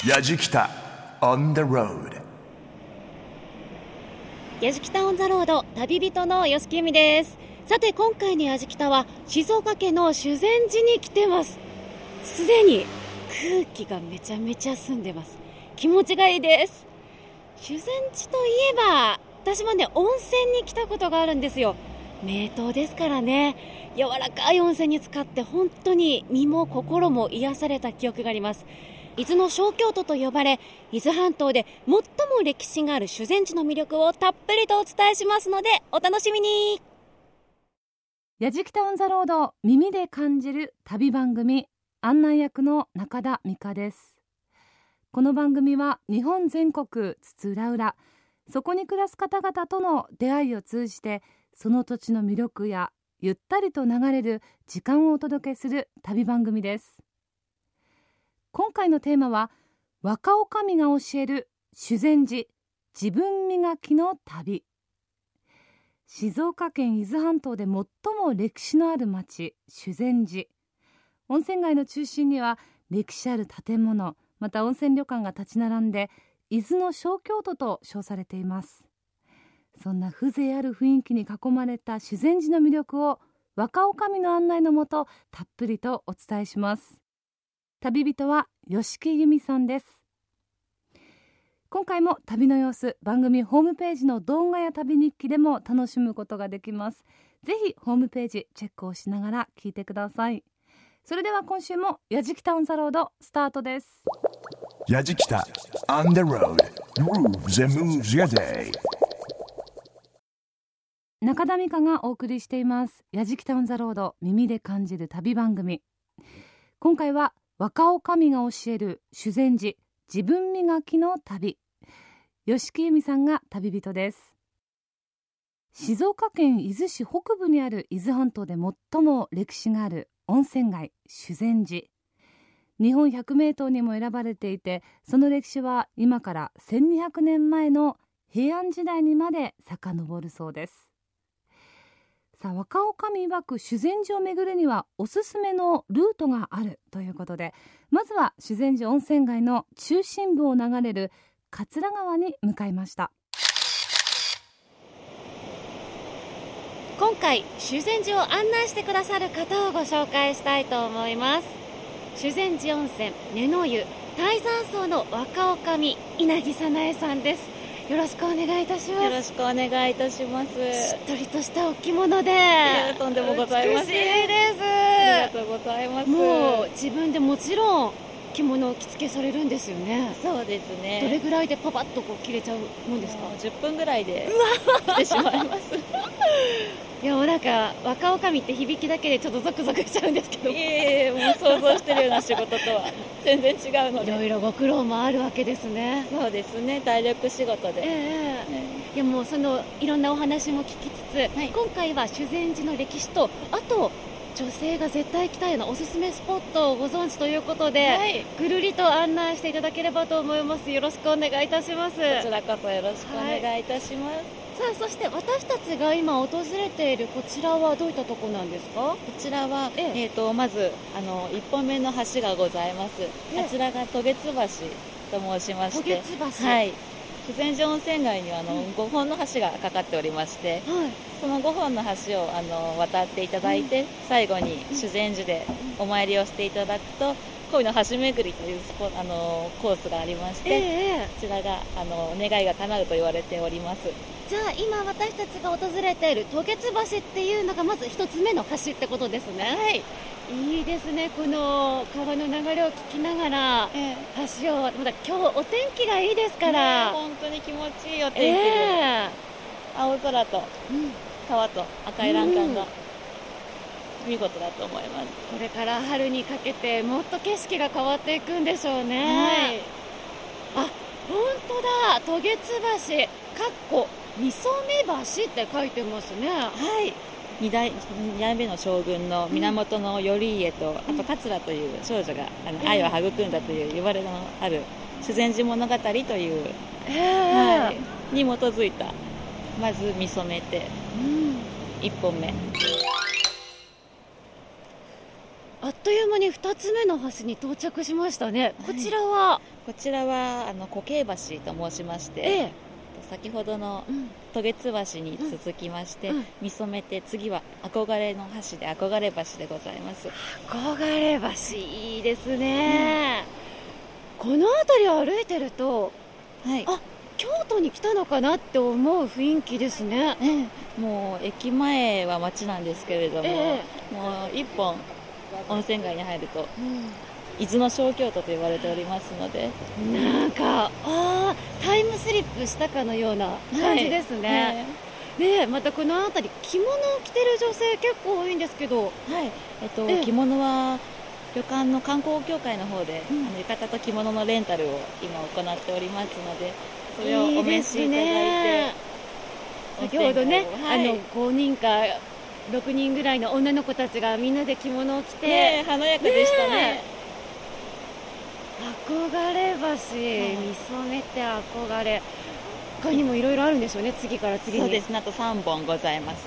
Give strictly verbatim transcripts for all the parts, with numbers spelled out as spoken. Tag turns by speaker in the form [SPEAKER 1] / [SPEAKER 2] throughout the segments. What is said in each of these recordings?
[SPEAKER 1] やじきた on the road。
[SPEAKER 2] やじきた on the road、 旅人の吉木由美です。さて今回のやじきたは静岡県の修善寺に来てます。すでに空気がめちゃめちゃ澄んでます。気持ちがいいです。修善寺といえば私もね、温泉に来たことがあるんですよ。名湯ですからね、柔らかい温泉に浸かって本当に身も心も癒された記憶があります。伊豆の小京都と呼ばれ、伊豆半島で最も歴史がある修善寺の魅力をたっぷりとお伝えしますのでお楽しみに。
[SPEAKER 3] やじきたオンザロード、耳で感じる旅番組、案内役の中田美香です。この番組は日本全国津々浦々、そこに暮らす方々との出会いを通じて、その土地の魅力やゆったりと流れる時間をお届けする旅番組です。今回のテーマは、若女将が教える修善寺自分磨きの旅。静岡県伊豆半島で最も歴史のある町、修善寺。温泉街の中心には歴史ある建物、また温泉旅館が立ち並んで、伊豆の小京都と称されています。そんな風情ある雰囲気に囲まれた修善寺の魅力を、若女将の案内のもとたっぷりとお伝えします。旅人は吉木由美さんです。今回も旅の様子、番組ホームページの動画や旅日記でも楽しむことができます。ぜひホームページチェックをしながら聞いてください。それでは今週もやじきたオンザロードスタートです。
[SPEAKER 1] やじきた on the road grooves and moves your day。
[SPEAKER 3] 中田美香がお送りしていますやじきたオンザロード、耳で感じる旅番組。今回は若女将が教える修善寺自分磨きの旅。吉木由美さんが旅人です。静岡県伊豆市北部にある伊豆半島で最も歴史がある温泉街、修善寺。日本百名湯にも選ばれていて、その歴史は今からせんにひゃくねんまえの平安時代にまで遡るそうです。さあ、若女将曰く修善寺を巡るにはおすすめのルートがあるということで、まずは修善寺温泉街の中心部を流れる桂川に向かいました。
[SPEAKER 2] 今回修善寺を案内してくださる方をご紹介したいと思います。修善寺温泉根の湯泰山荘の若女将、稲木早苗さんです。よろしくお願いいたします。
[SPEAKER 4] よろしくお願いいたします。
[SPEAKER 2] しっとりとしたお着物で、
[SPEAKER 4] いや、とんでもございません。
[SPEAKER 2] 美しいです。
[SPEAKER 4] ありがとうございます。
[SPEAKER 2] もう自分でもちろん着物を着付けされるんですよね。
[SPEAKER 4] そうですね。
[SPEAKER 2] どれぐらいでパパッとこう着れちゃうもんですか？
[SPEAKER 4] じゅっぷんぐらいで着てしまいます
[SPEAKER 2] いや、もうなんか若女将って響きだけでちょっとゾクゾクしちゃうんですけど、
[SPEAKER 4] いえいえ、もう想像してるような仕事とは全然違うので、
[SPEAKER 2] いろいろご苦労もあるわけですね。
[SPEAKER 4] そうですね、体力仕事で、
[SPEAKER 2] えええいや、もうそのいろんなお話も聞きつつ、
[SPEAKER 4] はい、
[SPEAKER 2] 今回は修善寺の歴史と、あと女性が絶対行きたいようなおすすめスポットをご存知ということで、
[SPEAKER 4] はい、
[SPEAKER 2] ぐるりと案内していただければと思います。よろしくお願いいたします。こ
[SPEAKER 4] ちらこそよろしくお願いいたします。
[SPEAKER 2] はい、さあ、そして私たちが今訪れているこちらはどういったところなんですか？
[SPEAKER 4] こちらは、えええー、とまずあのいっぽんめの橋がございます。
[SPEAKER 2] ええ、
[SPEAKER 4] あちらが渡月橋と申しまして、
[SPEAKER 2] 渡月橋、
[SPEAKER 4] はい、修善寺温泉街にはあの、うん、ごほんの橋がかかっておりまして、はい、そのごほんの橋をあの渡っていただいて、うん、最後に修善寺でお参りをしていただくと、恋の橋巡りというスポあのコースがありまして、えー、こちらがあの願いが叶うと言われております。
[SPEAKER 2] じゃあ今私たちが訪れている渡月橋っていうのがまず一つ目の橋ってことですね。
[SPEAKER 4] はい、
[SPEAKER 2] いいですね。この川の流れを聞きながら、えー、橋をまだ今日お天気がいいですから、
[SPEAKER 4] ね、本当に気持ちいいお天気で、えー、青空と川と赤い欄干が、うん、見事だと思います。
[SPEAKER 2] これから春にかけてもっと景色が変わっていくんでしょうね。
[SPEAKER 4] はい、
[SPEAKER 2] あ、本当だ、渡月橋かっこみそめ橋って書いてますね。
[SPEAKER 4] はい、二代、二代目の将軍の源頼家と、うん、あと桂という少女があの、うん、愛を育んだという言われのある修善寺物語という、
[SPEAKER 2] えー
[SPEAKER 4] はい、に基づいた、まず見初めて、うん、いっぽんめ。
[SPEAKER 2] ああっという間にふたつめの橋に到着しましたね。こちらは、はい、
[SPEAKER 4] こちらはあの固形橋と申しまして、ええ、先ほどの渡月橋に続きまして、うんうん、見初めて次は憧れの橋で憧れ橋でございます。
[SPEAKER 2] 憧れ橋いいですね、うん、この辺りを歩いてると、はい、あ、京都に来たのかなって思う雰囲気ですね、え
[SPEAKER 4] え、もう駅前は街なんですけれども、ええ、もう一本温泉街に入ると、うん、伊豆の小京都と言われておりますので、
[SPEAKER 2] なんかあタイムスリップしたかのような感じですね、はい、ね、またこの辺り着物を着てる女性結構多いんですけど、はい、
[SPEAKER 4] えっと、え着物は旅館の観光協会の方で、うん、あの浴衣と着物のレンタルを今行っておりますので、それをお召しいただいて、いいね、
[SPEAKER 2] 先ほどね、はい、あのごにんかろくにんぐらいの女の子たちがみんなで着物を着て、
[SPEAKER 4] ね、華やかでしたね。ね、
[SPEAKER 2] 憧れ橋、はい、見初めて憧れ、他にもいろいろあるんでしょうね、次から次に。
[SPEAKER 4] そうですね、あとさんぼんございます。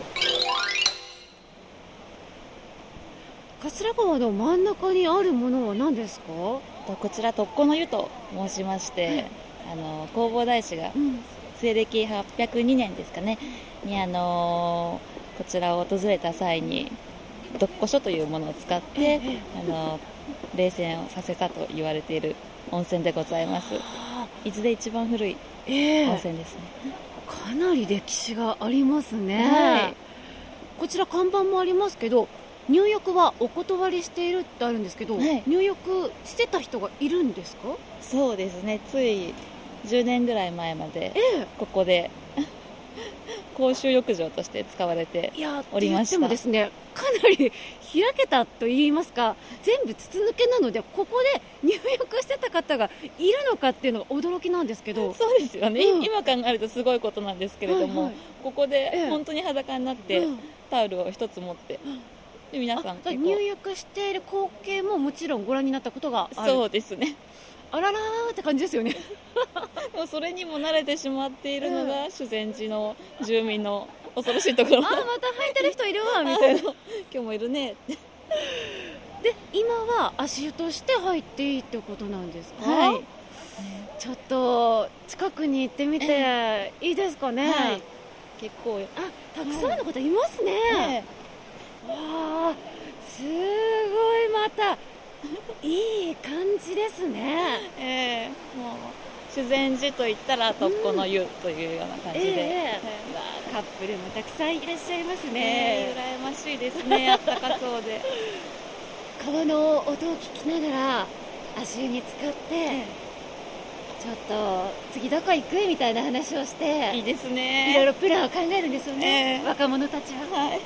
[SPEAKER 2] 桂川の真ん中にあるものは何ですか？
[SPEAKER 4] こちら特攻の湯と申しまして、あの弘法大師が西暦はっぴゃくにねんですかねに、あのこちらを訪れた際に独古書というものを使って、あの冷泉をさせたと言われている温泉でございます。伊豆で一番古い温泉ですね、
[SPEAKER 2] えー、かなり歴史がありますね、はい、こちら看板もありますけど、入浴はお断りしているってあるんですけど、はい、入浴してた人がいるんですか？
[SPEAKER 4] そうですね、ついじゅうねんぐらい前までここで、えー公衆浴場として使われておりました。
[SPEAKER 2] いや、でもですね、かなり開けたと言いますか、全部筒抜けなので、ここで入浴してた方がいるのかっていうのが驚きなんですけど。
[SPEAKER 4] そうですよね、うん、今考えるとすごいことなんですけれども、はいはい、ここで本当に裸になって、うん、タオルを一つ持って、うん、で皆さん結構
[SPEAKER 2] 入浴している光景ももちろんご覧になったことがある。
[SPEAKER 4] そうですね、
[SPEAKER 2] あららーって感じですよね
[SPEAKER 4] もうそれにも慣れてしまっているのが修善寺の住民の恐ろしいところ。
[SPEAKER 2] あ、また履いてる人いるわみたいな
[SPEAKER 4] 今日もいるね
[SPEAKER 2] で、今は足湯として入っていいってことなんですか？
[SPEAKER 4] はい、
[SPEAKER 2] ちょっと近くに行ってみていいですかね？はい、
[SPEAKER 4] 結構
[SPEAKER 2] あ、たくさんの方いますね、はい、わあ、すごい、またいい感じですね。
[SPEAKER 4] えー、もう修善寺といったら特攻の湯というような感じで、うん、え
[SPEAKER 2] ーまあ、カップルもたくさんいらっしゃいますね、
[SPEAKER 4] えー、羨ましいですねあったかそうで
[SPEAKER 2] 川の音を聞きながら足湯に浸かって、えー、ちょっと次どこ行くみたいな話をして、
[SPEAKER 4] いいですね、
[SPEAKER 2] いろいろプランを考えるんですよね、えー、若者たちは、はい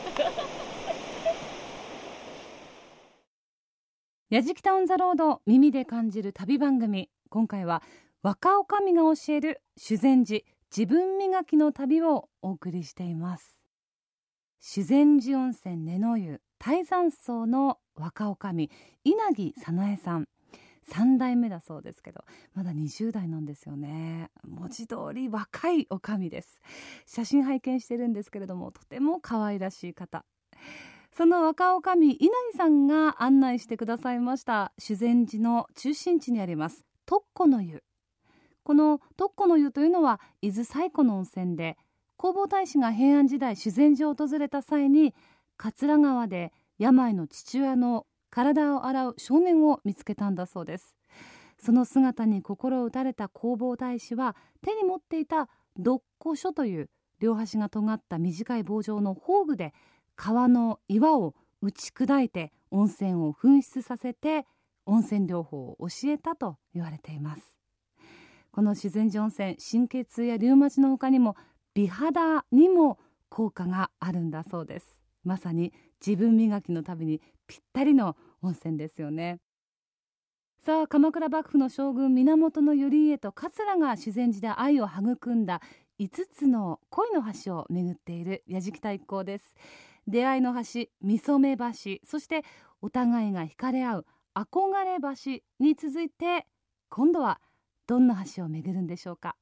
[SPEAKER 3] やじきたオンザロード、耳で感じる旅番組。今回は若女将が教える修善寺自分磨きの旅をお送りしています。修善寺温泉根の湯大山荘の若女将、稲木早苗さん、さん代目だそうですけど、まだにじゅう代なんですよね。文字通り若い女将です。写真拝見してるんですけれども、とても可愛らしい方。その若女将稲木さんが案内してくださいました修善寺の中心地にあります徳湖の湯。この徳湖の湯というのは伊豆最古の温泉で、弘法大師が平安時代修善寺を訪れた際に桂川で病の父親の体を洗う少年を見つけたんだそうです。その姿に心を打たれた弘法大師は、手に持っていた独古書という両端が尖った短い棒状の宝具で川の岩を打ち砕いて温泉を噴出させて温泉療法を教えたと言われています。この修善寺温泉、神経痛やリウマチの他にも美肌にも効果があるんだそうです。まさに自分磨きの旅にぴったりの温泉ですよね。さあ、鎌倉幕府の将軍源頼家と桂が修善寺で愛を育んだいつつの恋の橋を巡っているやじきた一行です。出会いの橋、見初め橋、そしてお互いが惹かれ合う憧れ橋に続いて、今度はどんな橋を巡るんでしょうか。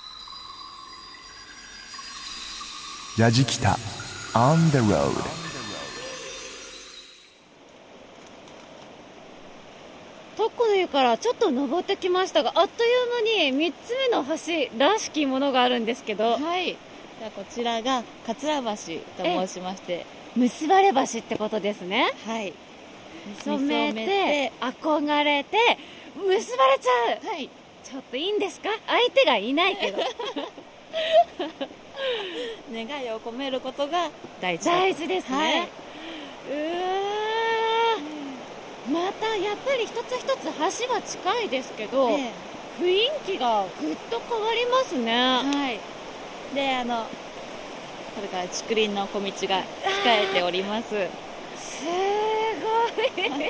[SPEAKER 1] やじきた On the road。
[SPEAKER 2] 湯からちょっと登ってきましたが、あっという間にみっつめの橋らしきものがあるんですけど、
[SPEAKER 4] はい、ではこちらが桂橋と申しまして、
[SPEAKER 2] 結ばれ橋ってことですね。
[SPEAKER 4] はい、
[SPEAKER 2] 見初めて憧れて結ばれちゃう、はい、ちょっといいんですか、相手がいないけど
[SPEAKER 4] 願いを込めることが大事
[SPEAKER 2] 大事ですね、はい、うわまたやっぱり一つ一つ橋は近いですけど、ええ、雰囲気がぐっと変わりますね。
[SPEAKER 4] はい、であのこれから竹林の小道が控えております。
[SPEAKER 2] すごいこ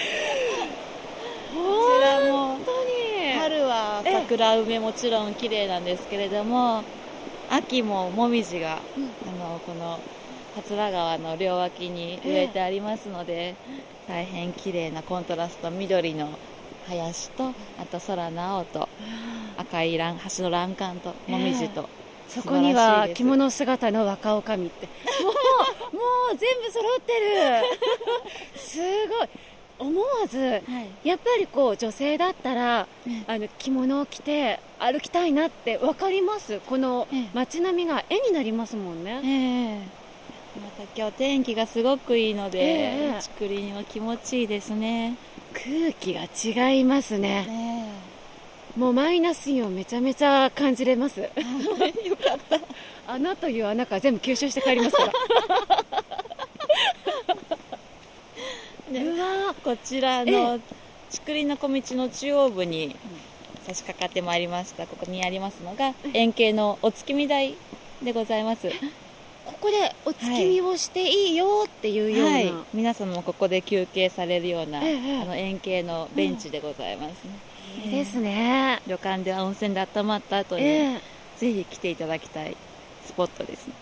[SPEAKER 4] ちらも春は桜梅もちろん綺麗なんですけれども、秋ももみじが、うん、あのこの桂川の両脇に植えてありますので、えー、大変綺麗なコントラスト、緑の林とあと空の青と赤い欄橋の欄干ともみじと、えー
[SPEAKER 2] そこには着物姿の若女将ってもう、もう全部揃ってるすごい思わず、はい、やっぱりこう女性だったら、ええ、あの着物を着て歩きたいなって分かります。この街並みが絵になりますもんね、
[SPEAKER 4] ええ、また今日天気がすごくいいので、ええ、竹林は気持ちいいですね。
[SPEAKER 2] 空気が違いますね、ええ、もうマイナスイオンめちゃめちゃ感じれますよかった穴という穴から全部吸収して帰りますから
[SPEAKER 4] ね、うわこちらの竹林の小道の中央部に差し掛かってまいりました。ここにありますのが円形のお月見台でございます。
[SPEAKER 2] ここでお月見をしていいよっていうような、はい、
[SPEAKER 4] 皆様もここで休憩されるような、ええ、あの円形のベンチでございますね、
[SPEAKER 2] うん、いいですね。
[SPEAKER 4] 旅館で温泉で温まった後に、えー、ぜひ来ていただきたいスポットですね。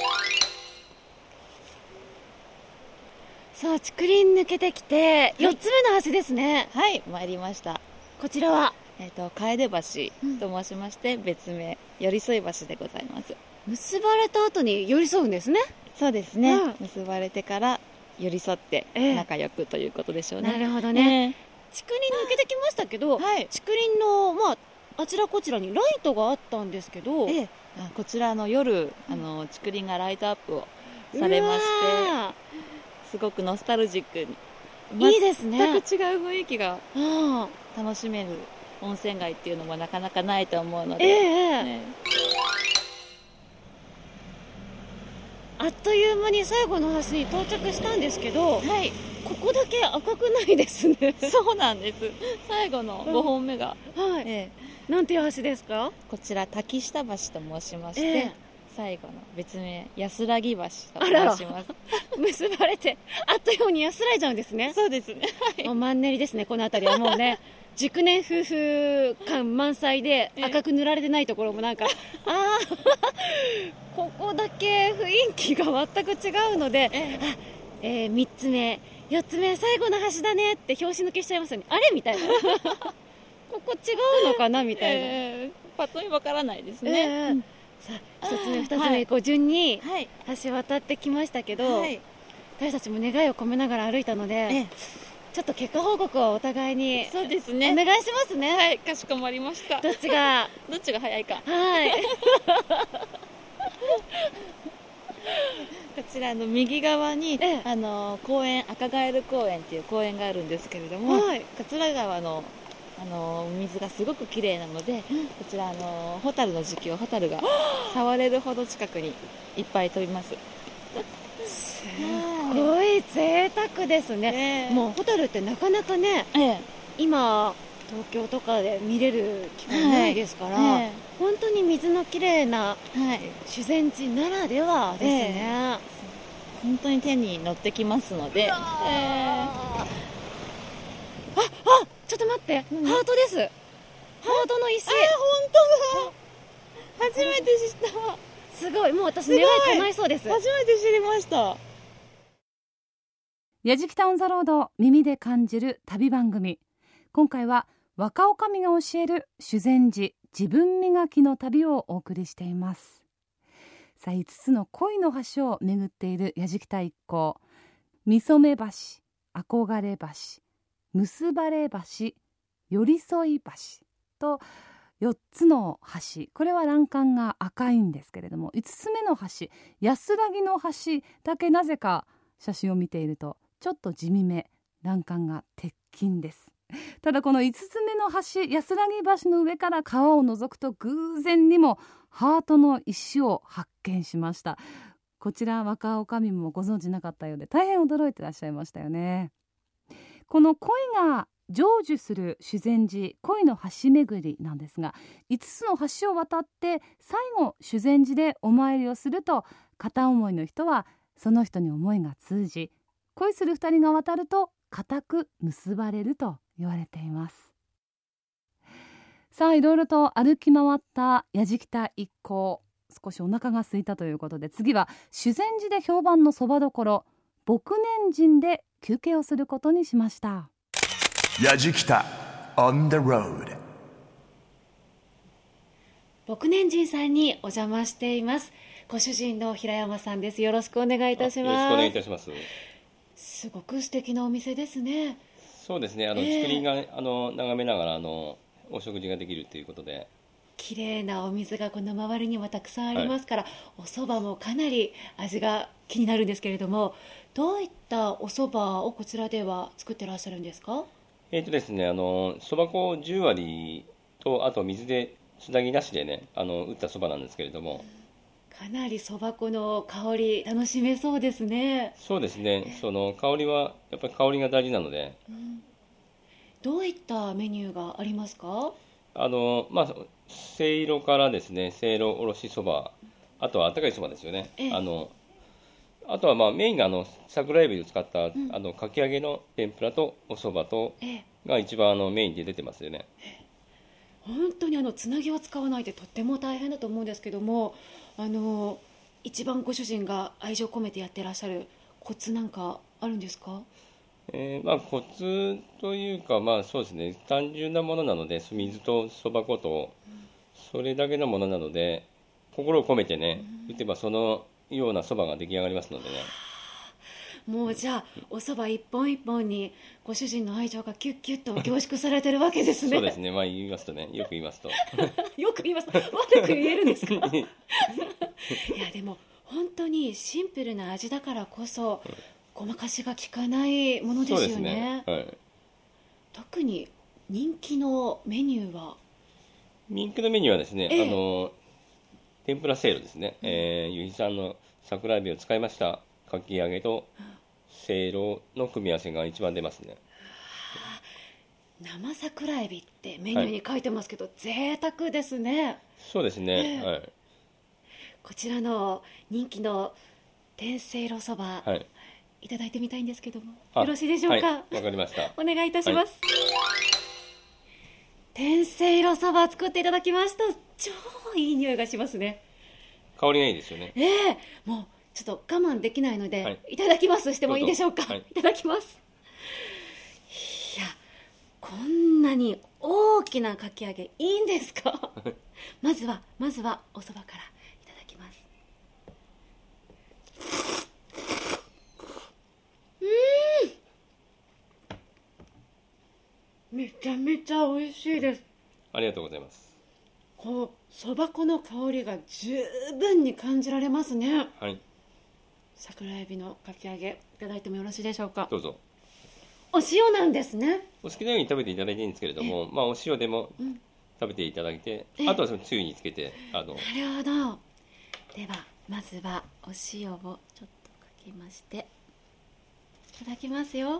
[SPEAKER 2] さあ竹林抜けてきてよっつめの橋ですね。
[SPEAKER 4] はい、はい、参りました。
[SPEAKER 2] こちらは、
[SPEAKER 4] えーと、楓橋と申しまして、うん、別名寄り添い橋でございます。
[SPEAKER 2] 結ばれた後に寄り添うんですね。
[SPEAKER 4] そうですね、うん、結ばれてから寄り添って仲良くということでしょうね、
[SPEAKER 2] えー、なるほどね、えー、竹林抜けてきましたけど、はい、竹林の、まあ、あちらこちらにライトがあったんですけど、えー、
[SPEAKER 4] あこちらの夜あの竹林がライトアップをされまして、すごくノスタルジックに
[SPEAKER 2] いいですね。
[SPEAKER 4] 全く違う雰囲気が楽しめる温泉街っていうのもなかなかないと思うので、えーね、
[SPEAKER 2] あっという間に最後の橋に到着したんですけど、はい、ここだけ赤くないですね。
[SPEAKER 4] そうなんです。最後のごほんめが、
[SPEAKER 2] うんはいえー、なんていう橋ですか？
[SPEAKER 4] こちら滝下橋と申しまして、えー、最後の別名安らぎ橋と申します。
[SPEAKER 2] 結ばれてあっという間に安らいじゃうんですね。
[SPEAKER 4] そうですね、
[SPEAKER 2] はい、もうマンネリですね。この辺りはもうね熟年夫婦感満載で赤く塗られてないところもなんかあここだけ雰囲気が全く違うので、えあ、えー、みっつめよっつめ最後の橋だねって拍子抜けしちゃいますよね。あれみたいなここ違うのかなみたいな、
[SPEAKER 4] えー、パッと見わからないですね、えーうん、
[SPEAKER 2] さあひとつめふたつめこう順に橋渡ってきましたけど、はい、私たちも願いを込めながら歩いたので、えーちょっと結果報告をお互いに
[SPEAKER 4] そうですね
[SPEAKER 2] お願いしますね。
[SPEAKER 4] はい、かしこまりました。
[SPEAKER 2] どっちが
[SPEAKER 4] どっちが早いか。
[SPEAKER 2] はい
[SPEAKER 4] こちらの右側に、ええ、あの公園赤ガエル公園っていう公園があるんですけれども、はい、桂川のあの水がすごく綺麗なので、うん、こちらあのホタルの時期はホタルが触れるほど近くにいっぱい飛びます。
[SPEAKER 2] すごい贅沢ですね、えー、もうホタルってなかなかね、えー、今東京とかで見れる機会ないですから、はいえー、本当に水のきれいな修善寺ならではですね、えー、
[SPEAKER 4] 本当に手に乗ってきますので、えー、あ
[SPEAKER 2] あちょっと待って、うん、ハートです。ハートの石。あ
[SPEAKER 4] 本当だ初めて知った。
[SPEAKER 2] すごい、もう私願い叶いそうです。
[SPEAKER 4] 初めて知りました。
[SPEAKER 3] やじきたオンザロード耳で感じる旅番組。今回は若女将が教える修善寺自分磨きの旅をお送りしています。さあいつつの恋の橋を巡っているやじきた一行、みそめ橋、憧れ橋、結ばれ橋、 寄り添い橋とよっつの橋、これは欄干が赤いんですけれども、いつつめの橋、安らぎの橋だけなぜか写真を見ているとちょっと地味め、欄干が鉄筋です。ただこのいつつめの橋、安らぎ橋の上から川を覗くと偶然にもハートの石を発見しました。こちら若女将もご存知なかったようで大変驚いてらっしゃいましたよね。この恋が成就する修善寺、恋の橋巡りなんですが、いつつの橋を渡って最後修善寺でお参りをすると、片思いの人はその人に思いが通じ、恋する二人が渡ると固く結ばれると言われています。さあ、いろいろと歩き回ったやじきた一行、少しお腹が空いたということで、次は修善寺で評判のそばどころ牧年寺で休憩をすることにしました。
[SPEAKER 1] やじきた on the road。
[SPEAKER 2] 牧年寺さんにお邪魔しています。ご主人の平山さんです。よろしくお願いいたします。
[SPEAKER 5] よろしくお願いいたします。
[SPEAKER 2] すごく素敵なお店ですね。
[SPEAKER 5] そうですね、あの、えー、竹林があの眺めながらあのお食事ができるということで、
[SPEAKER 2] 綺麗なお水がこの周りにはたくさんありますから、はい、お蕎麦もかなり味が気になるんですけれども、どういったお蕎麦をこちらでは作ってらっしゃるんですか？
[SPEAKER 5] えーとですね、あの蕎麦粉じゅう割と、あと水でつなぎなしでね、あの打った蕎麦なんですけれども、
[SPEAKER 2] かなり蕎麦粉の香り楽しめそうですね。
[SPEAKER 5] そうですね、その香りはやっぱり香りが大事なので、うん、
[SPEAKER 2] どういったメニューがありますか？
[SPEAKER 5] あの、まあ、せいろからですね、せいろおろしそば、あとはあったかいそばですよね。ええ、あのあとはまあメインがあの桜エビを使った、うん、あのかき揚げの天ぷらとおそばとが一番あのメインで出てますよね。ええ、
[SPEAKER 2] 本当にあのつなぎを使わないってとっても大変だと思うんですけども、あの一番ご主人が愛情込めてやってらっしゃるコツなんかあるんですか？
[SPEAKER 5] えーまあ、コツというか、まあそうですね、単純なものなので、水とそば粉とそれだけのものなので、心を込めてね、打てばそのようなそばが出来上がりますのでね。
[SPEAKER 2] もうじゃあおそば一本一本にご主人の愛情がキュッキュッと凝縮されてるわけですね。
[SPEAKER 5] そうですね、まあ言いますとね、よく言いますと
[SPEAKER 2] よく言いますと悪く言えるんですか？いやでも本当にシンプルな味だからこそ、うん、ごまかしが効かないものですよね。そうですね、はい、特に人気のメニューは
[SPEAKER 5] 人気のメニューはですね、ええ、あの天ぷらせいろですね、うん、えー、由比さんの桜エビを使いましたかき揚げとせいろの組み合わせが一番出ますね。は
[SPEAKER 2] あ、生桜エビってメニューに書いてますけど、はい、贅沢ですね。
[SPEAKER 5] そうですね、えーはい、
[SPEAKER 2] こちらの人気の天せいろそば、はい、いただいてみたいんですけどもよろしいでしょうか？
[SPEAKER 5] はい、わかりました。
[SPEAKER 2] お願いいたします。はい、天せいろそば作っていただきました。超いい匂いがしますね。
[SPEAKER 5] 香りがいいですよね。
[SPEAKER 2] ええー、もうちょっと我慢できないので、はい、いただきますしてもいいでしょうか？はい、いただきます。いや、こんなに大きなかき揚げいいんですか？まずはまずはおそばからいただきます。うん、めちゃめちゃ美味しいです。
[SPEAKER 5] ありがとうございます。
[SPEAKER 2] こうそば粉の香りが十分に感じられますね。はい、桜エビのかき揚げいただいてもよろしいでしょうか？どうぞ。お塩なんですね。
[SPEAKER 5] お好きなように食べていただいていいんですけれども、まあ、お塩でも食べていただいて、あとはそのつゆにつけて、あの
[SPEAKER 2] なるほど。ではまずはお塩をちょっとかけましていただきますよ。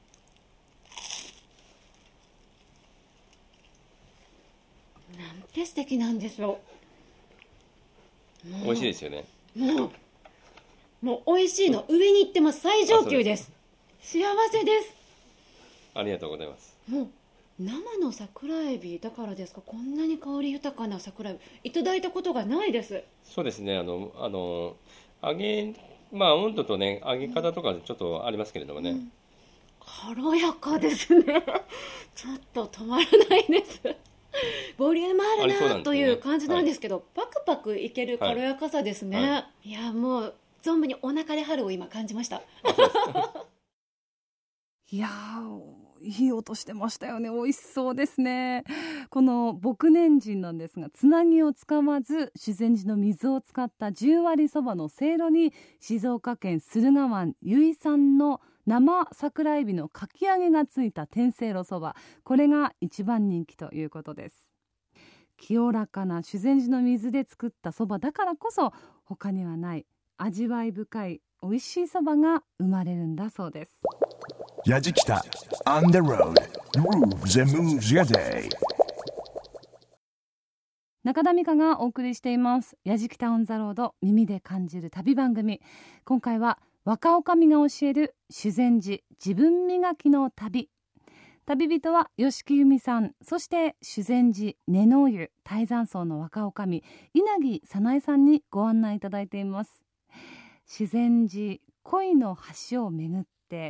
[SPEAKER 2] なんて素敵なんでしょ
[SPEAKER 5] う。美味しいですよね。
[SPEAKER 2] もうもう美味しいの上に行ってます。最上級です。幸せです。
[SPEAKER 5] ありがとうございます。
[SPEAKER 2] もう生の桜エビだからですか、こんなに香り豊かな桜エビいただいたことがないです。
[SPEAKER 5] そうですね、あのあの揚げ、まあ温度とね揚げ方とかちょっとありますけれどもね、うん、
[SPEAKER 2] 軽やかですね。ちょっと止まらないです。ボリュームあるな、ね、という感じなんですけど、はい、パクパクいける軽やかさですね。はいはい、いやもう存分にお腹で春を今感じました。
[SPEAKER 3] いやいい音してましたよね。美味しそうですね。この牧年人なんですが、つなぎを使わず修善寺の水を使ったじゅう割そばのせいろに静岡県駿河湾由比産の生桜えびのかき揚げがついた天せいろそば、これが一番人気ということです。清らかな修善寺の水で作ったそばだからこそ、他にはない味わい深い美味しいそばが生まれるんだそうです。
[SPEAKER 1] やじきた On the road grooves and moves your day。
[SPEAKER 3] 中田美香がお送りしていますやじきたオンザロード、耳で感じる旅番組。今回は若女将が教える修善寺自分磨きの旅。旅人は吉木由美さん、そして修善寺根の湯大山荘の若女将稲木早苗さんにご案内いただいています。修善寺恋の橋を巡って、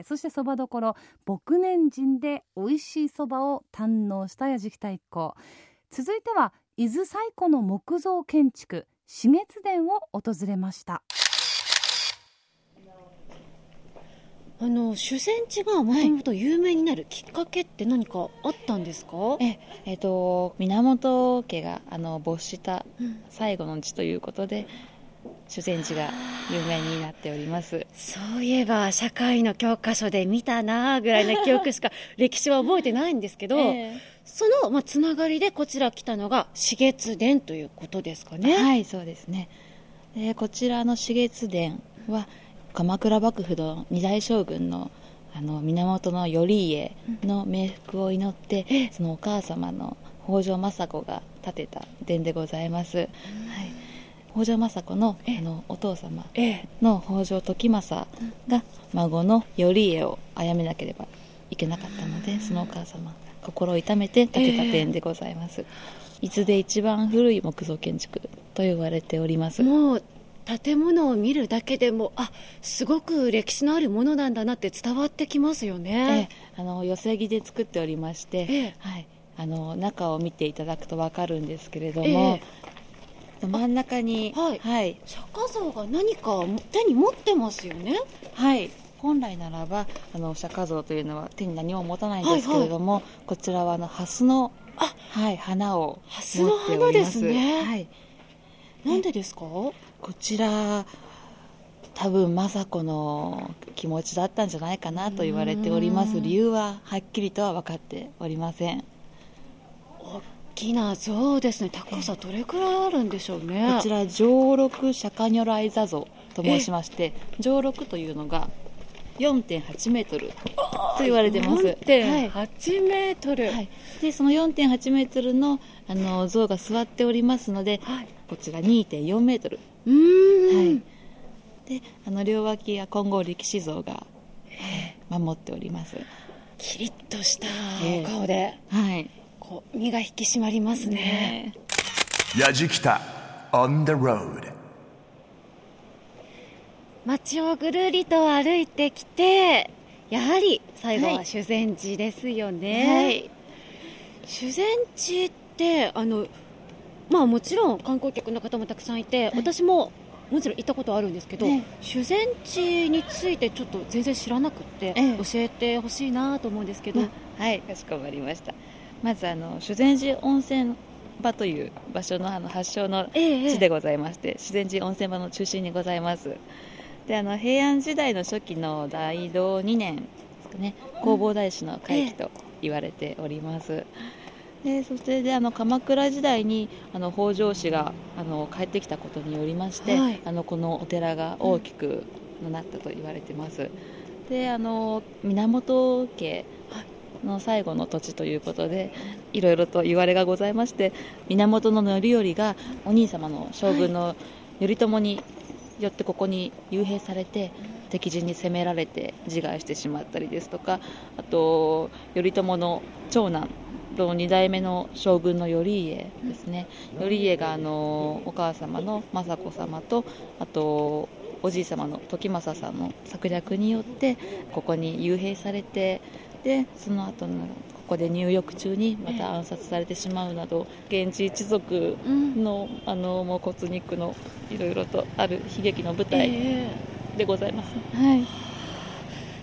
[SPEAKER 3] そしてそばどころ牧年人で美味しいそばを堪能したやじきた一行。続いては伊豆最古の木造建築紫月殿を訪れました。
[SPEAKER 2] あの修善寺がもともと有名になるきっかけって何かあったんですか？はい、
[SPEAKER 4] ええー、と源家があの没した最後の地ということで、うん、修善寺が有名になっております。
[SPEAKER 2] そういえば社会の教科書で見たなぐらいの記憶しか歴史は覚えてないんですけど、えー、その、まあ、つながりでこちら来たのが紫月殿ということですかね。
[SPEAKER 4] はい、そうですね。でこちらの紫月殿は鎌倉幕府の二代将軍 の, あの源頼家の冥福を祈って、うん、そのお母様の北条政子が建てた殿でございます、うん、はい、北条政子 の, あのお父様の北条時政が孫の頼家を殺めなければいけなかったので、うん、そのお母様が心を痛めて建てた殿でございます、えー、伊豆で一番古い木造建築と言われております。
[SPEAKER 2] もう建物を見るだけでもあすごく歴史のあるものなんだなって伝わってきますよね。
[SPEAKER 4] ええ、あの寄せ木で作っておりまして、ええ、はい、あの中を見ていただくと分かるんですけれども、え、真ん中に、
[SPEAKER 2] はいはい、釈迦像が何か手に持ってますよね。
[SPEAKER 4] はい、本来ならばあの釈迦像というのは手に何も持たないんですけれども、はいはい、こちらはあの蓮の、あ、はい、花を持っております。
[SPEAKER 2] 蓮の花ですね。
[SPEAKER 4] はい、
[SPEAKER 2] なんでですか？
[SPEAKER 4] こちら多分政子の気持ちだったんじゃないかなと言われております。理由ははっきりとは分かっておりません。
[SPEAKER 2] 大きな像ですね。高さどれくらいあるんでしょうね。
[SPEAKER 4] こちら上六釈迦如来坐像と申しまして、上六というのが よんてんはちメートルと言われてます。 よんてんはちメートル、はいはい、でその よんてんはちメートル の, あの像が座っておりますので、はい、こちら にてんよんメートル、うーん、はい、であの両脇が金剛力士像が守っております。
[SPEAKER 2] キリッとしたお顔で、
[SPEAKER 4] えー、はい、
[SPEAKER 2] こう身が引き締まりますね。
[SPEAKER 1] やじきた On the road。
[SPEAKER 2] 街をぐるりと歩いてきて、やはり最後は修善寺ですよね。はい、修善寺ってあの、まあ、もちろん観光客の方もたくさんいて、はい、私ももちろん行ったことあるんですけど、ね、修善寺についてちょっと全然知らなくって、ええ、教えてほしいなと思うんですけど。
[SPEAKER 4] はい、かしこまりました。まずあの修善寺温泉場という場所 の, あの発祥の地でございまして、ええ、修善寺温泉場の中心にございます。であの平安時代の初期の大同にねんですかね、弘法大師の開基と言われております。でそしてであの鎌倉時代にあの北条氏があの帰ってきたことによりまして、はい、あのこのお寺が大きくなったと言われています。であの源家の最後の土地ということでいろいろと言われがございまして、源頼頼がお兄様の将軍の頼朝によってここに幽閉されて敵陣に攻められて自害してしまったりですとか、あと頼朝の長男とに代目の将軍の頼家ですね、頼家があのお母様の政子様とあとおじい様の時政さんの策略によってここに幽閉されて、でその後のここで入浴中にまた暗殺されてしまうなど、源氏一族 の,、うん、あのもう骨肉のいろいろとある悲劇の舞台でございます、えー、はい、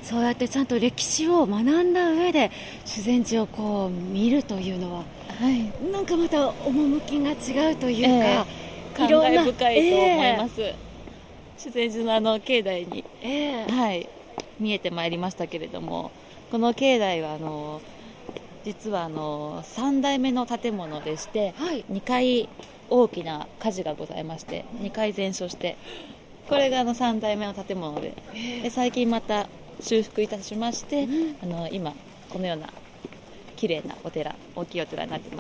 [SPEAKER 2] そうやってちゃんと歴史を学んだ上で修善寺をこう見るというのは、はい、なんかまた趣が違うというか、え
[SPEAKER 4] ー、感慨深いと思います、えー、修善寺のあの境内に、えーはい、見えてまいりましたけれども、この境内はあの実はあのさんだいめの建物でして、はい、にかい大きな火事がございましてにかい全焼して、これがあのさんだいめの建物 で, で最近また修復いたしまして、うん、あの今このような綺麗なお寺、大きいお寺になっています。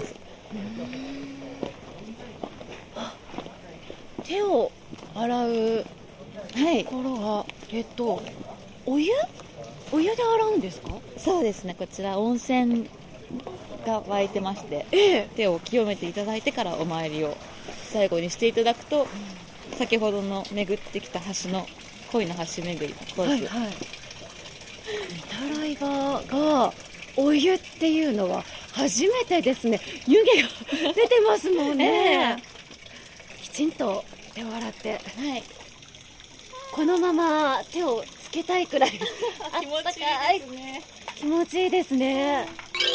[SPEAKER 2] 手を洗うところが、はい、えっとお湯お湯で洗うんですか？
[SPEAKER 4] そうですね、こちら温泉が湧いてまして、ええ、手を清めていただいてからお参りを最後にしていただくと、うん、先ほどの巡ってきた橋の恋の橋巡りコース、はいはい、
[SPEAKER 2] 御手洗い場がお湯っていうのは初めてですね。湯気が出てますもんね、えー、きちんと手を洗って、はい、このまま手をつけたいくらい気
[SPEAKER 4] 持ちいいですね。
[SPEAKER 2] 気持ちいいですね。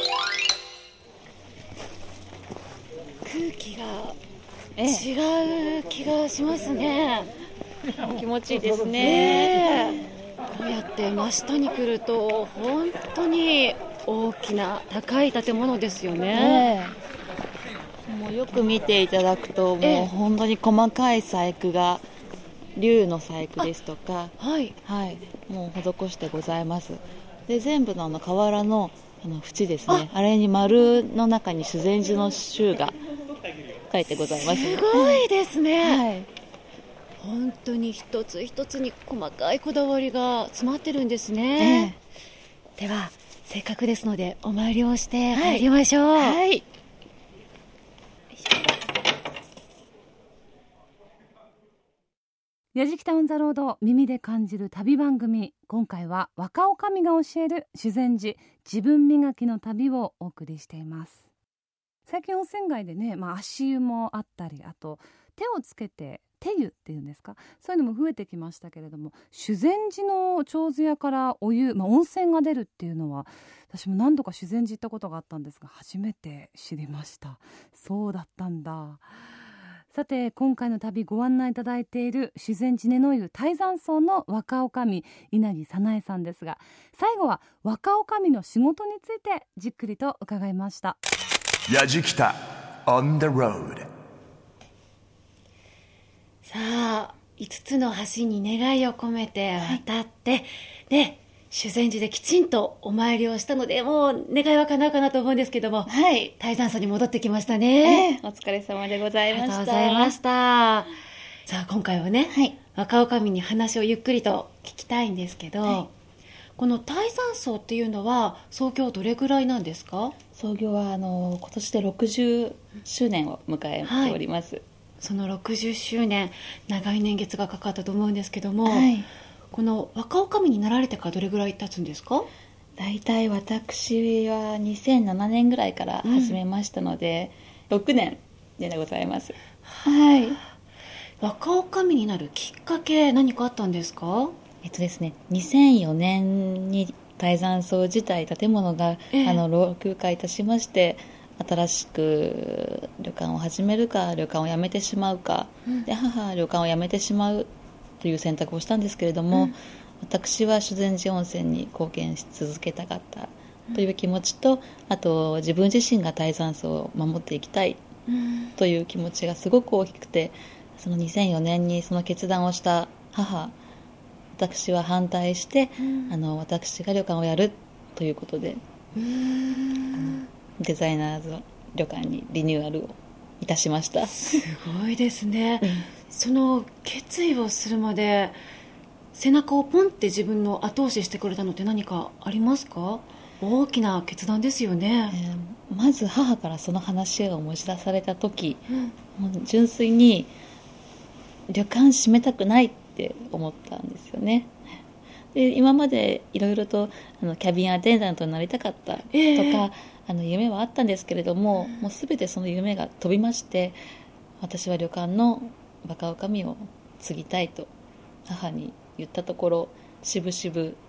[SPEAKER 2] 空気が違う気がしますね。
[SPEAKER 4] 気持ちいいですね、
[SPEAKER 2] ね。こうやって真下に来ると本当に大きな高い建物ですよね。
[SPEAKER 4] もうよく見ていただくと、もう本当に細かい細工が龍の細工ですとか、はいはい、もう施してございます。で全部のあの瓦のあの縁ですね、 あ, あれに丸の中に修善寺の衆が書いてございます。
[SPEAKER 2] すごいですね、はい、本当に一つ一つに細かいこだわりが詰まってるんですね、えー、ではせっかくですのでお参りをして帰りましょう。はい、はい、
[SPEAKER 3] やじきたオンザロード、耳で感じる旅番組。今回は若女将が教える修善寺自分磨きの旅をお送りしています。最近温泉街でね、まあ、足湯もあったり、あと手をつけて手湯っていうんですか、そういうのも増えてきましたけれども、修善寺の手水屋からお湯、まあ、温泉が出るっていうのは私も何度か修善寺行ったことがあったんですが初めて知りました。そうだったんだ。さて今回の旅ご案内いただいている修善寺根の湯大山荘の若女将稲荷早苗さんですが、最後は若女将の仕事についてじっくりと伺いました。
[SPEAKER 1] やじきた on the road。
[SPEAKER 2] さあいつつの橋に願いを込めて渡って、はい、で修善寺できちんとお参りをしたので、もう願いは叶うかなと思うんですけども、はい、大山荘に戻ってきましたね、
[SPEAKER 4] えー、お疲れ様でございました。
[SPEAKER 2] ありがとうございました。さあ今回はね、はい、若女将に話をゆっくりと聞きたいんですけど、はい、この大山荘っていうのは創業どれぐらいなんですか？
[SPEAKER 4] 創業はあの今年でろくじゅっしゅうねんを迎えております、はい、
[SPEAKER 2] そのろくじゅっしゅうねん長い年月がかかったと思うんですけども、はい、この若女将になられてからどれぐらい経つんですか？
[SPEAKER 4] だいたい私はにせんななねんぐらいから始めましたので、うん、ろくねんでございます。はい。
[SPEAKER 2] 若女将になるきっかけ何かあったんですか？
[SPEAKER 4] えっとですね、にせんよねんに大山荘自体建物が、ええ、あの老朽化いたしまして、新しく旅館を始めるか旅館を辞めてしまうか、うん、で母は旅館を辞めてしまうという選択をしたんですけれども、うん、私は修善寺温泉に貢献し続けたかったという気持ちと、うん、あと自分自身が大山荘を守っていきたいという気持ちがすごく大きくて、そのにせんよねんにその決断をした母、私は反対して、うん、あの私が旅館をやるということで、うーん、デザイナーズの旅館にリニューアルをいたしました。
[SPEAKER 2] すごいですね、うん、その決意をするまで背中をポンって自分の後押ししてくれたのって何かありますか？大きな決断ですよね、
[SPEAKER 4] えー、まず母からその話を持ち出された時、うん、もう純粋に旅館閉めたくないって思ったんですよね。で今までいろいろとあのキャビンアテンダントになりたかったとか、えー、あの夢はあったんですけれども、もう全てその夢が飛びまして、私は旅館の若女将を継ぎたいと母に言ったところ、しぶしぶ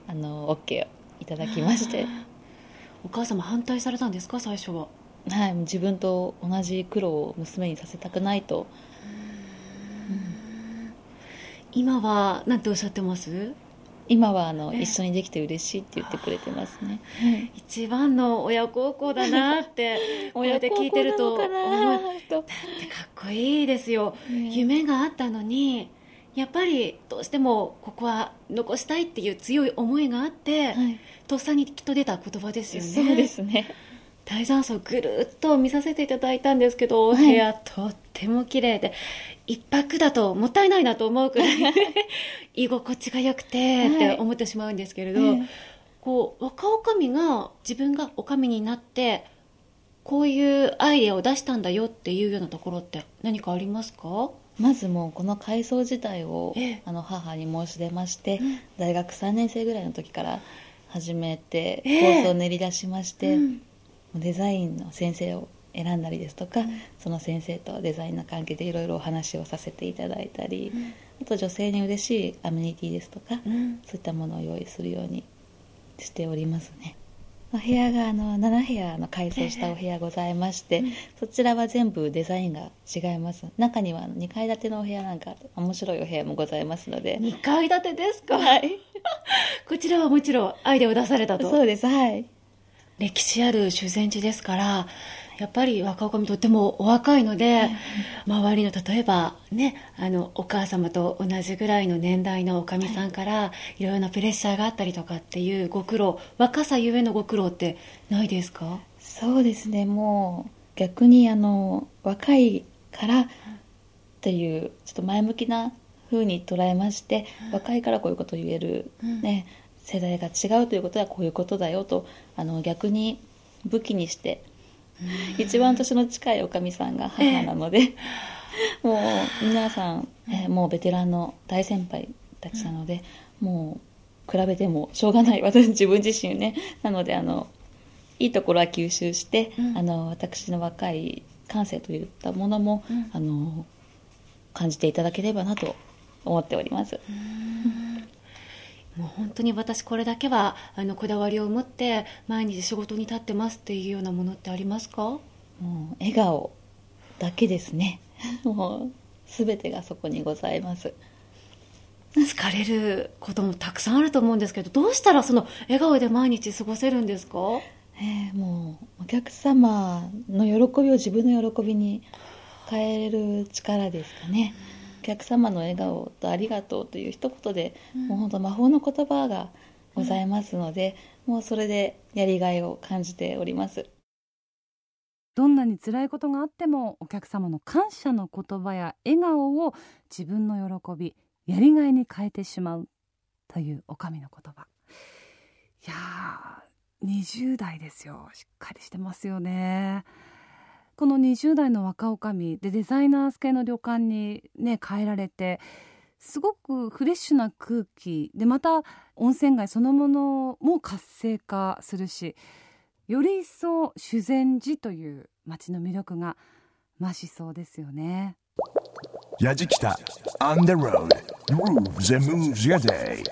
[SPEAKER 4] あの OK をいただきまして
[SPEAKER 2] お母様反対されたんですか、最初は。
[SPEAKER 4] はい、自分と同じ苦労を娘にさせたくないと。
[SPEAKER 2] うん、今は何ておっしゃってます？
[SPEAKER 4] 今はあの一緒にできて嬉しいって言ってくれてますね。
[SPEAKER 2] 一番の親孝行だなってこうやって聞いてると思う。だってかっこいいですよ、ね、夢があったのにやっぱりどうしてもここは残したいっていう強い思いがあって、はい、とっさにきっと出た言葉ですよね。
[SPEAKER 4] そうですね。
[SPEAKER 2] 大山荘ぐるっと見させていただいたんですけど、はい、部屋とっても綺麗で一泊だともったいないなと思うくらい居心地が良くてって思ってしまうんですけれど、はい、こう若女将が自分が女将になってこういうアイデアを出したんだよっていうようなところって何かありますか？
[SPEAKER 4] まずもうこの改装自体を、ええ、あの母に申し出まして、うん、大学さんねん生ぐらいの時から始めて、え、構想を練り出しまして、うん、デザインの先生を選んだりですとか、うん、その先生とデザインの関係でいろいろお話をさせていただいたり、うん、あと女性に嬉しいアメニティですとか、うん、そういったものを用意するようにしておりますね。お部屋があのなな部屋の改装したお部屋ございまして、えーうん、そちらは全部デザインが違います。中にはにかい建てのお部屋なんか面白いお部屋もございますので。
[SPEAKER 2] にかい建てですか？
[SPEAKER 4] はい。
[SPEAKER 2] こちらはもちろんアイデアを出されたと。
[SPEAKER 4] そうです。はい。
[SPEAKER 2] 歴史ある修善寺ですからやっぱり若女将とってもお若いので、はい、周りの例えばねあのお母様と同じぐらいの年代の女将さんからいろいろなプレッシャーがあったりとかっていうご苦労、若さゆえのご苦労ってないですか？
[SPEAKER 4] そうですね、もう逆にあの若いからっていうちょっと前向きな風に捉えまして、うん、若いからこういうことを言える、うんね、世代が違うということはこういうことだよとあの逆に武器にして一番年の近いおかみさんが母なので、えー、もう皆さん、えー、もうベテランの大先輩たちなので、うん、もう比べてもしょうがない私自分自身ねなのであのいいところは吸収して、うん、あの私の若い感性といったものも、うん、あの感じていただければなと思っております。
[SPEAKER 2] もう本当に私これだけはあのこだわりを持って毎日仕事に立ってますっていうようなものってありますか？も
[SPEAKER 4] う笑顔だけですね。もう全てがそこにございます。
[SPEAKER 2] 疲れることもたくさんあると思うんですけど、どうしたらその笑顔で毎日過ごせるんですか？
[SPEAKER 4] えー、もうお客様の喜びを自分の喜びに変える力ですかね。お客様の笑顔とありがとうという一言で、うん、もう本当魔法の言葉がございますので、うん、もうそれでやりがいを感じております。
[SPEAKER 3] どんなに辛いことがあってもお客様の感謝の言葉や笑顔を自分の喜びやりがいに変えてしまうというおかみの言葉。いやーにじゅう代ですよ。しっかりしてますよね。このにじゅう代の若女将でデザイナー系の旅館にね変えられてすごくフレッシュな空気でまた温泉街そのものも活性化するしより一層修善寺という街の魅力が増しそうですよね。
[SPEAKER 1] やじきた On the road Grooves and moves your day。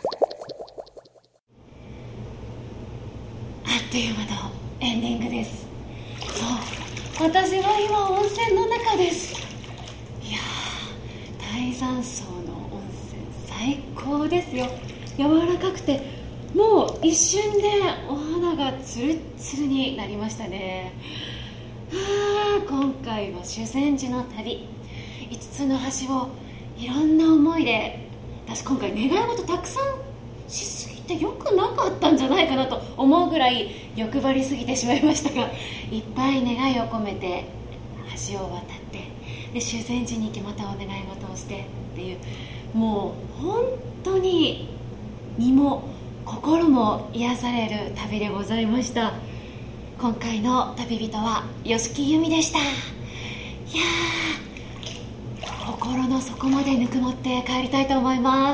[SPEAKER 2] あっという間のエンディングです。そう、私は今温泉の中です。いやー大山荘の温泉最高ですよ。柔らかくてもう一瞬でお肌がツルッツルになりましたね。はあ、今回は修善寺の旅いつつの橋をいろんな思いで私今回願い事たくさんしすぎてよくなかったんじゃないかなと思うぐらい欲張りすぎてしまいましたがいっぱい願いを込めて橋を渡ってで修善寺に行きまたお願い事をしてっていうもう本当に身も心も癒される旅でございました。今回の旅人は吉木由美でした。いやー心の底までぬくもって帰りたいと思います。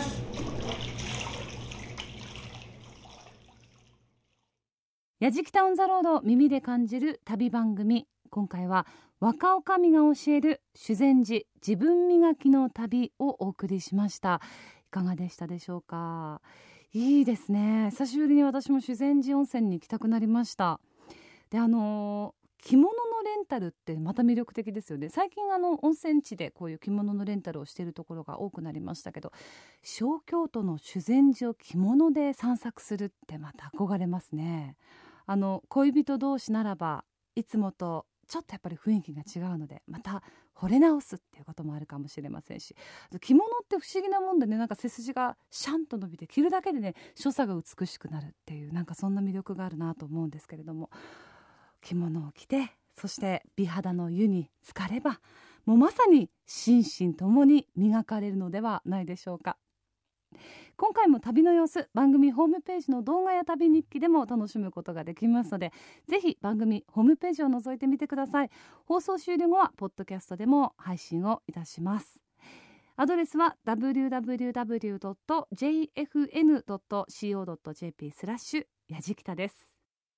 [SPEAKER 3] やじきたオンザロード耳で感じる旅番組、今回は若女将が教える修善寺自分磨きの旅をお送りしました。いかがでしたでしょうか。 いいですね。久しぶりに私も修善寺温泉に行きたくなりました。であのー着物のレンタルってまた魅力的ですよね。最近あの温泉地でこういう着物のレンタルをしているところが多くなりましたけど、小京都の修善寺を着物で散策するってまた憧れますね。あの恋人同士ならばいつもとちょっとやっぱり雰囲気が違うので、また惚れ直すっていうこともあるかもしれませんし、着物って不思議なもんでね、なんか背筋がシャンと伸びて着るだけでね所作が美しくなるっていう、なんかそんな魅力があるなと思うんですけれども、着物を着てそして美肌の湯に浸かればもうまさに心身ともに磨かれるのではないでしょうか。今回も旅の様子、番組ホームページの動画や旅日記でも楽しむことができますので、ぜひ番組ホームページを覗いてみてください。放送終了後はポッドキャストでも配信をいたします。アドレスは ダブリューダブリューダブリュードットジェイエフエヌドットシーオードットジェーピー スラッシュやじきたです。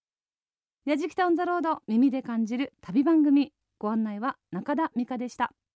[SPEAKER 3] やじきたオンザロード、耳で感じる旅番組、ご案内は中田美香でした。